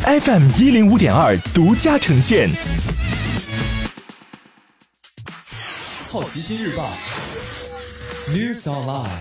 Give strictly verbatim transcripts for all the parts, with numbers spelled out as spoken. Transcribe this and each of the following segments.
F M 一零五点二独家呈现。 好奇心日报 News Online。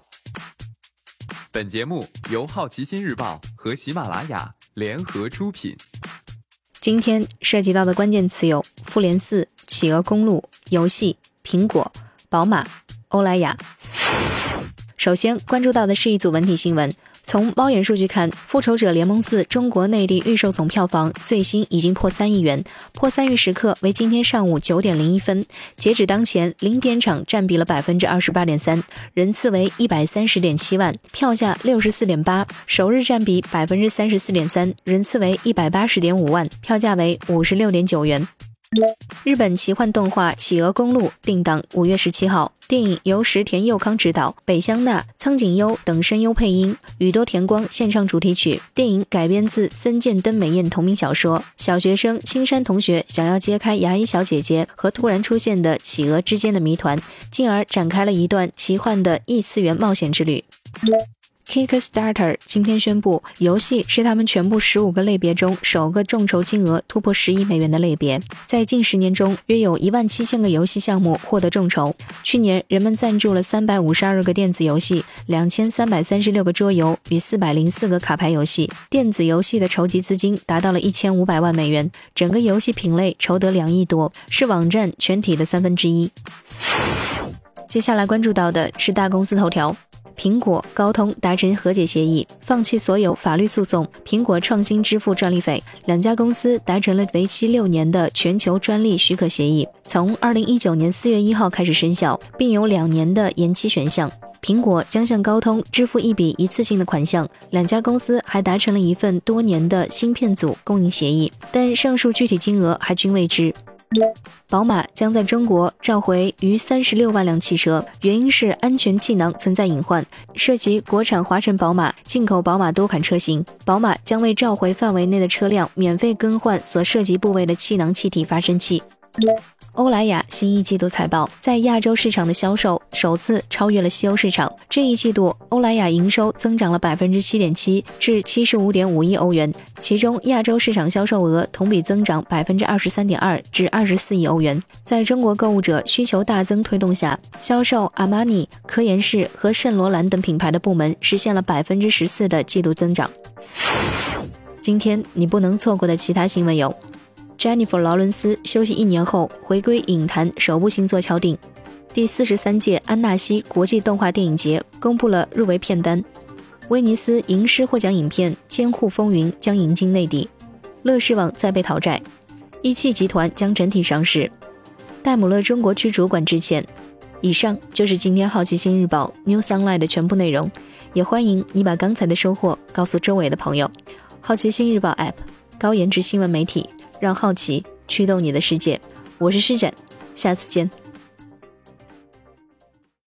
本节目由好奇心日报和喜马拉雅联合出品。 今天涉及到的关键词有复联四、企鹅公路、游戏、苹果、宝马、欧莱雅。首先关注到的是一组文体新闻。从猫眼数据看，复仇者联盟四中国内地预售总票房最新已经破三亿元，破三亿时刻为今天上午九点零一分，截止当前零点场占比了 百分之二十八点三， 人次为一百三十点七万，票价六十四点八，首日占比 百分之三十四点三， 人次为一百八十点五万，票价为五十六点九元。日本奇幻动画《企鹅公路》定档五月十七号，电影由石田佑康执导，北香娜、苍井优等声优配音，宇多田光献唱主题曲。电影改编自森见登美彦同名小说。小学生青山同学想要揭开牙医小姐姐和突然出现的企鹅之间的谜团，进而展开了一段奇幻的异次元冒险之旅。Kickstarter 今天宣布，游戏是他们全部十五个类别中首个众筹金额突破十亿美元的类别。在近十年中，约有一万七千个游戏项目获得众筹。去年，人们赞助了三百五十二个电子游戏、两千三百三十六个桌游与四百零四个卡牌游戏。电子游戏的筹集资金达到了一千五百万美元，整个游戏品类筹得两亿多，是网站全体的三分之一。接下来关注到的是大公司头条。苹果、高通达成和解协议，放弃所有法律诉讼，苹果创新支付专利费。两家公司达成了为期六年的全球专利许可协议，从二零一九年四月一号开始生效，并有两年的延期选项。苹果将向高通支付一笔一次性的款项，两家公司还达成了一份多年的芯片组供应协议，但上述具体金额还均未知。宝马将在中国召回逾三十六万辆汽车，原因是安全气囊存在隐患，涉及国产华晨宝马、进口宝马多款车型。宝马将为召回范围内的车辆免费更换所涉及部位的气囊气体发生器。欧莱雅新一季度财报，在亚洲市场的销售首次超越了西欧市场。这一季度，欧莱雅营收增长了 百分之七点七 至 七十五点五亿欧元，其中亚洲市场销售额同比增长 百分之二十三点二 至二十四亿欧元。在中国购物者需求大增推动下，销售阿玛尼、科颜氏和圣罗兰等品牌的部门实现了 百分之十四 的季度增长。今天你不能错过的其他新闻有Jennifer 劳伦斯休息一年后回归影坛首部新作敲定，第四十三届安纳西国际动画电影节公布了入围片单，威尼斯银狮获奖影片《监护风云》将引进内地，乐视网再被讨债，一汽集团将整体上市，戴姆勒中国区主管致歉。以上就是今天好奇心日报 News Online 的全部内容，也欢迎你把刚才的收获告诉周围的朋友。好奇心日报 App 高颜值新闻媒体，让好奇驱动你的世界。我是施展，下次见。